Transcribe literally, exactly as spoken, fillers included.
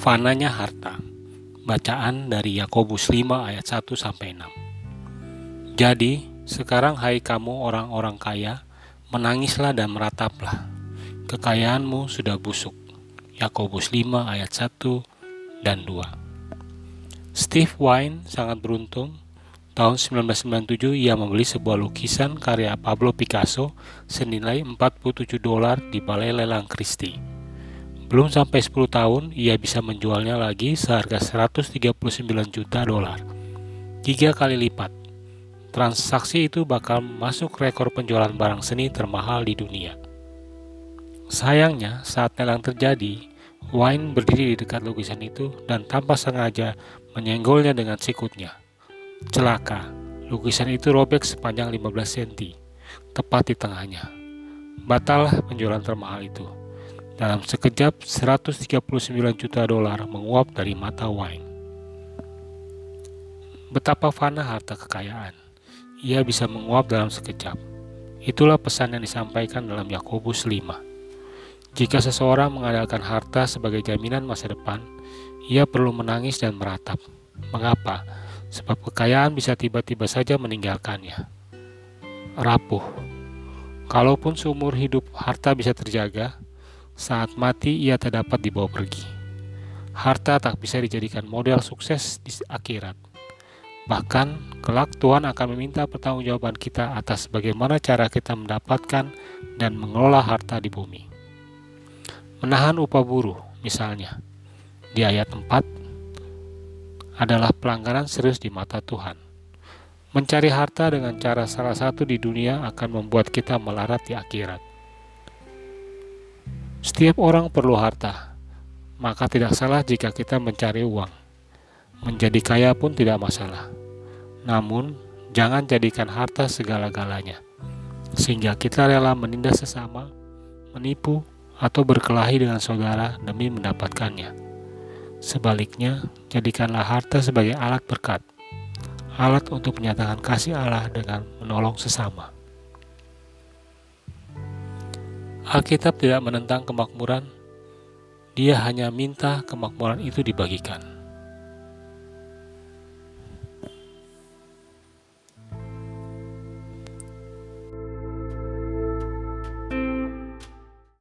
Fananya harta. Bacaan dari Yakobus lima ayat satu sampai enam. Jadi, sekarang hai kamu orang-orang kaya, menangislah dan merataplah. Kekayaanmu sudah busuk. Yakobus lima ayat satu dan dua. Steve Wynn sangat beruntung. Tahun seribu sembilan ratus sembilan puluh tujuh ia membeli sebuah lukisan karya Pablo Picasso senilai empat puluh tujuh dolar di Balai Lelang Christie. Belum sampai sepuluh tahun, ia bisa menjualnya lagi seharga seratus tiga puluh sembilan juta dolar. Tiga kali lipat. Transaksi itu bakal masuk rekor penjualan barang seni termahal di dunia. Sayangnya, saat lelang terjadi, Wynn berdiri di dekat lukisan itu dan tanpa sengaja menyenggolnya dengan sikutnya. Celaka, lukisan itu robek sepanjang lima belas sentimeter, tepat di tengahnya. Batallah penjualan termahal itu. Dalam sekejap, seratus tiga puluh sembilan juta dolar menguap dari mata Wynn. Betapa fana harta kekayaan. Ia bisa menguap dalam sekejap. Itulah pesan yang disampaikan dalam Yakobus lima. Jika seseorang mengandalkan harta sebagai jaminan masa depan, ia perlu menangis dan meratap. Mengapa? Sebab kekayaan bisa tiba-tiba saja meninggalkannya. Rapuh. Kalaupun seumur hidup harta bisa terjaga, saat mati ia tak dapat dibawa pergi. Harta tak bisa dijadikan model sukses di akhirat. Bahkan, kelak Tuhan akan meminta pertanggungjawaban kita atas bagaimana cara kita mendapatkan dan mengelola harta di bumi. Menahan upah buruh, misalnya, di ayat empat, adalah pelanggaran serius di mata Tuhan. Mencari harta dengan cara salah satu di dunia akan membuat kita melarat di akhirat. Setiap orang perlu harta, maka tidak salah jika kita mencari uang. Menjadi kaya pun tidak masalah. Namun, jangan jadikan harta segala-galanya, sehingga kita rela menindas sesama, menipu, atau berkelahi dengan saudara demi mendapatkannya. Sebaliknya, jadikanlah harta sebagai alat berkat, alat untuk menyatakan kasih Allah dengan menolong sesama. Alkitab tidak menentang kemakmuran, dia hanya minta kemakmuran itu dibagikan.